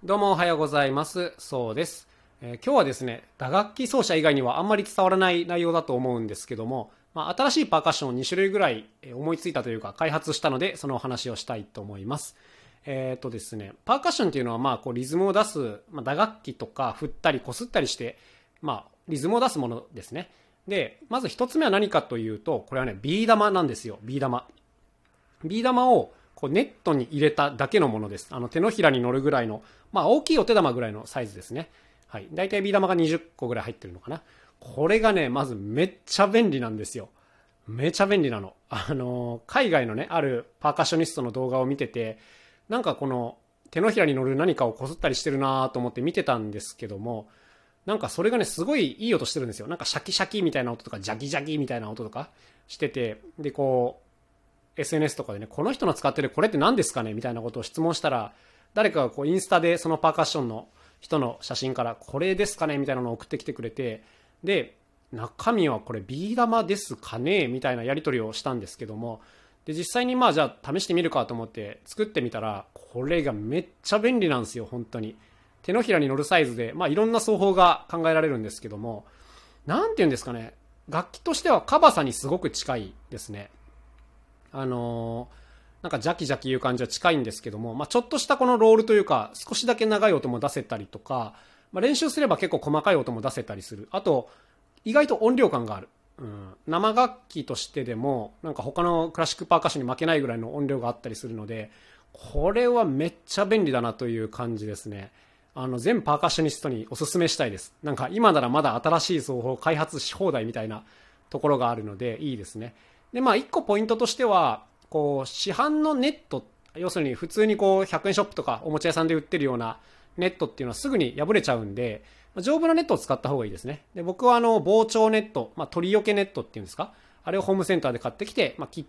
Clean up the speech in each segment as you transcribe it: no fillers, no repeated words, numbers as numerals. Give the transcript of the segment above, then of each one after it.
どうもおはようございます。そうです。今日はですね、打楽器奏者以外にはあんまり伝わらない内容だと思うんですけども、新しいパーカッションを2種類ぐらい思いついたというか開発したので、そのお話をしたいと思います。ですね、パーカッションっていうのはこうリズムを出す、打楽器とか振ったりこすったりして、リズムを出すものですね。で、まず一つ目は何かというと、これはね、ビー玉なんですよ。ビー玉。ビー玉をこうネットに入れただけのものです。手のひらに乗るぐらいの、大きいお手玉ぐらいのサイズですね。はい。だいたいビー玉が20個ぐらい入ってるのかな。これがね、まずめっちゃ便利なんですよ。めちゃ便利なの。海外のね、あるパーカッショニストの動画を見てて、なんかこの手のひらに乗る何かをこすったりしてるなと思って見てたんですけども、なんかそれがね、すごいいい音してるんですよ。なんかシャキシャキみたいな音とか、ジャキジャキみたいな音とかしてて、で、こう、SNS とかでね、この人の使ってるこれって何ですかねみたいなことを質問したら、誰かがこうインスタでそのパーカッションの人の写真からこれですかねみたいなのを送ってきてくれて、で、中身はこれビー玉ですかねみたいなやり取りをしたんですけども、で、実際にじゃあ試してみるかと思って作ってみたら、これがめっちゃ便利なんですよ、本当に。手のひらに乗るサイズで、いろんな奏法が考えられるんですけども、なんて言うんですかね、楽器としてはカバサにすごく近いですね。なんかジャキジャキいう感じは近いんですけども、ちょっとしたこのロールというか、少しだけ長い音も出せたりとか、練習すれば結構細かい音も出せたりする。あと、意外と音量感がある。生楽器としてでも、なんか他のクラシックパーカッションに負けないぐらいの音量があったりするので、これはめっちゃ便利だなという感じですね。全パーカッショニストにおすすめしたいです。なんか今ならまだ新しい奏法を開発し放題みたいなところがあるのでいいですね。で、一個ポイントとしては、こう、市販のネット、要するに普通にこう、100円ショップとかおもちゃ屋さんで売ってるようなネットっていうのはすぐに破れちゃうんで、丈夫なネットを使った方がいいですね。で、僕は防鳥ネット、鳥よけネットっていうんですか、あれをホームセンターで買ってきて、切って、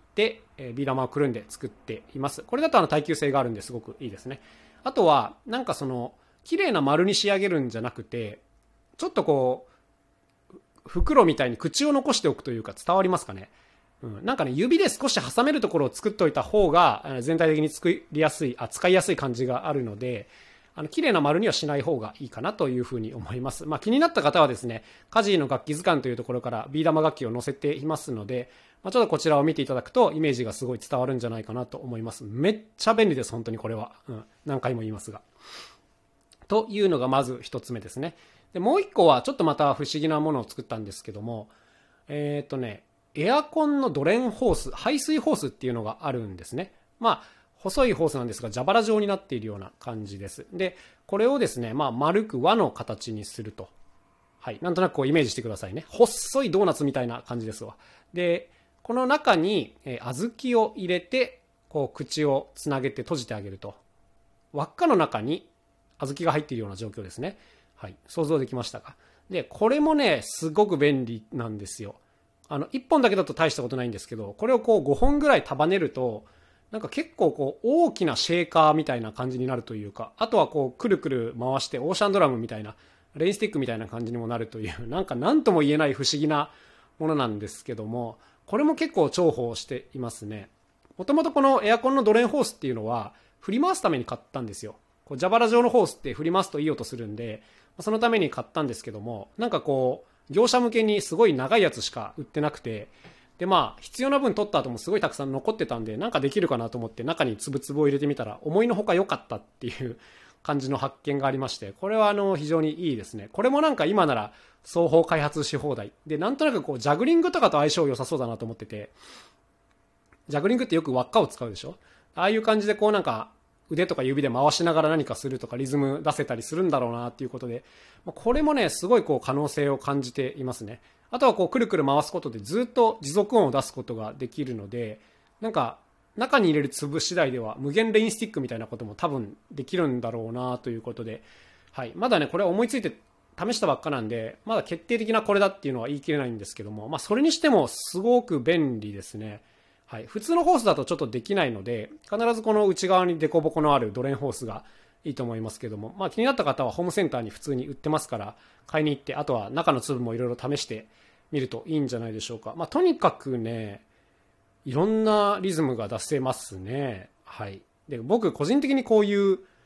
ビー玉をくるんで作っています。これだと耐久性があるんですごくいいですね。あとは、なんかその、綺麗な丸に仕上げるんじゃなくて、ちょっとこう、袋みたいに口を残しておくというか伝わりますかね。なんかね、指で少し挟めるところを作っておいた方が、全体的に使いやすい感じがあるので、綺麗な丸にはしない方がいいかなというふうに思います。気になった方はですね、カジーの楽器図鑑というところからビー玉楽器を載せていますので、ちょっとこちらを見ていただくとイメージがすごい伝わるんじゃないかなと思います。めっちゃ便利です、本当にこれは。何回も言いますが。というのがまず一つ目ですね。で、もう一個はちょっとまた不思議なものを作ったんですけども、エアコンのドレンホース、排水ホースっていうのがあるんですね。細いホースなんですが、蛇腹状になっているような感じです。で、これをですね、丸く輪の形にすると。はい。なんとなくこうイメージしてくださいね。細いドーナツみたいな感じですわ。で、この中に、小豆を入れて、こう口をつなげて閉じてあげると。輪っかの中に小豆が入っているような状況ですね。はい。想像できましたか。で、これもね、すごく便利なんですよ。1本だけだと大したことないんですけど、これをこう5本ぐらい束ねると、なんか結構こう大きなシェーカーみたいな感じになるというか、あとはこうくるくる回してオーシャンドラムみたいな、レインスティックみたいな感じにもなるという、なんか何とも言えない不思議なものなんですけども、これも結構重宝していますね。もともとこのエアコンのドレンホースっていうのは、振り回すために買ったんですよ。こう蛇腹状のホースって振り回すといい音するんで、そのために買ったんですけども、なんかこう、業者向けにすごい長いやつしか売ってなくて、で必要な分取った後もすごいたくさん残ってたんで、なんかできるかなと思って中につぶつぶを入れてみたら、思いのほか良かったっていう感じの発見がありまして、これは非常にいいですね。これもなんか今なら双方開発し放題。で、なんとなくこう、ジャグリングとかと相性良さそうだなと思ってて、ジャグリングってよく輪っかを使うでしょ。ああいう感じでこうなんか、腕とか指で回しながら何かするとかリズム出せたりするんだろうなっていうことで、これもね、すごいこう可能性を感じていますね。あとはこうくるくる回すことでずっと持続音を出すことができるので、なんか中に入れる粒次第では無限レインスティックみたいなことも多分できるんだろうなということで、はい。まだね、これは思いついて試したばっかなんで、まだ決定的なこれだっていうのは言い切れないんですけども、それにしてもすごく便利ですね。はい、普通のホースだとちょっとできないので、必ずこの内側にデコボコのあるドレンホースがいいと思いますけども、気になった方はホームセンターに普通に売ってますから買いに行って、あとは中の粒もいろいろ試してみるといいんじゃないでしょうか。とにかくね、いろんなリズムが出せますね。はい。で、僕個人的にこういう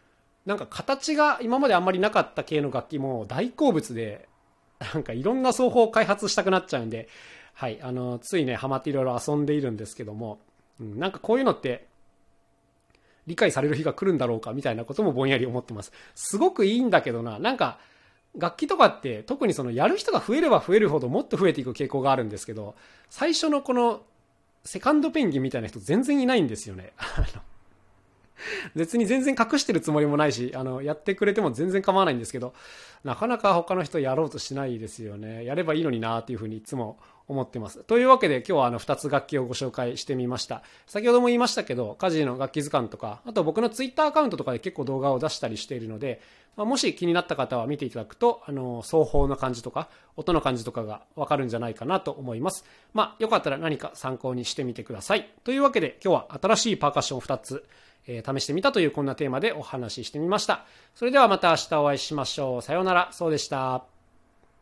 なんか形が今まであんまりなかった系の楽器も大好物で、なんかいろんな奏法を開発したくなっちゃうんで、はい、ついね、ハマっていろいろ遊んでいるんですけども、なんかこういうのって、理解される日が来るんだろうかみたいなこともぼんやり思ってます。すごくいいんだけどな、なんか、楽器とかって特にそのやる人が増えれば増えるほどもっと増えていく傾向があるんですけど、最初のこのセカンドペンギンみたいな人全然いないんですよね。別に全然隠してるつもりもないし、やってくれても全然構わないんですけど、なかなか他の人やろうとしないですよね。やればいいのになっていうふうにいつも思ってます。というわけで今日は2つ楽器をご紹介してみました。先ほども言いましたけど、家事の楽器図鑑とか、あと僕のツイッターアカウントとかで結構動画を出したりしているので、もし気になった方は見ていただくと、奏法の感じとか、音の感じとかがわかるんじゃないかなと思います。よかったら何か参考にしてみてください。というわけで今日は新しいパーカッション2つ、試してみたというこんなテーマでお話ししてみました。それではまた明日お会いしましょう。さようなら。そうでした。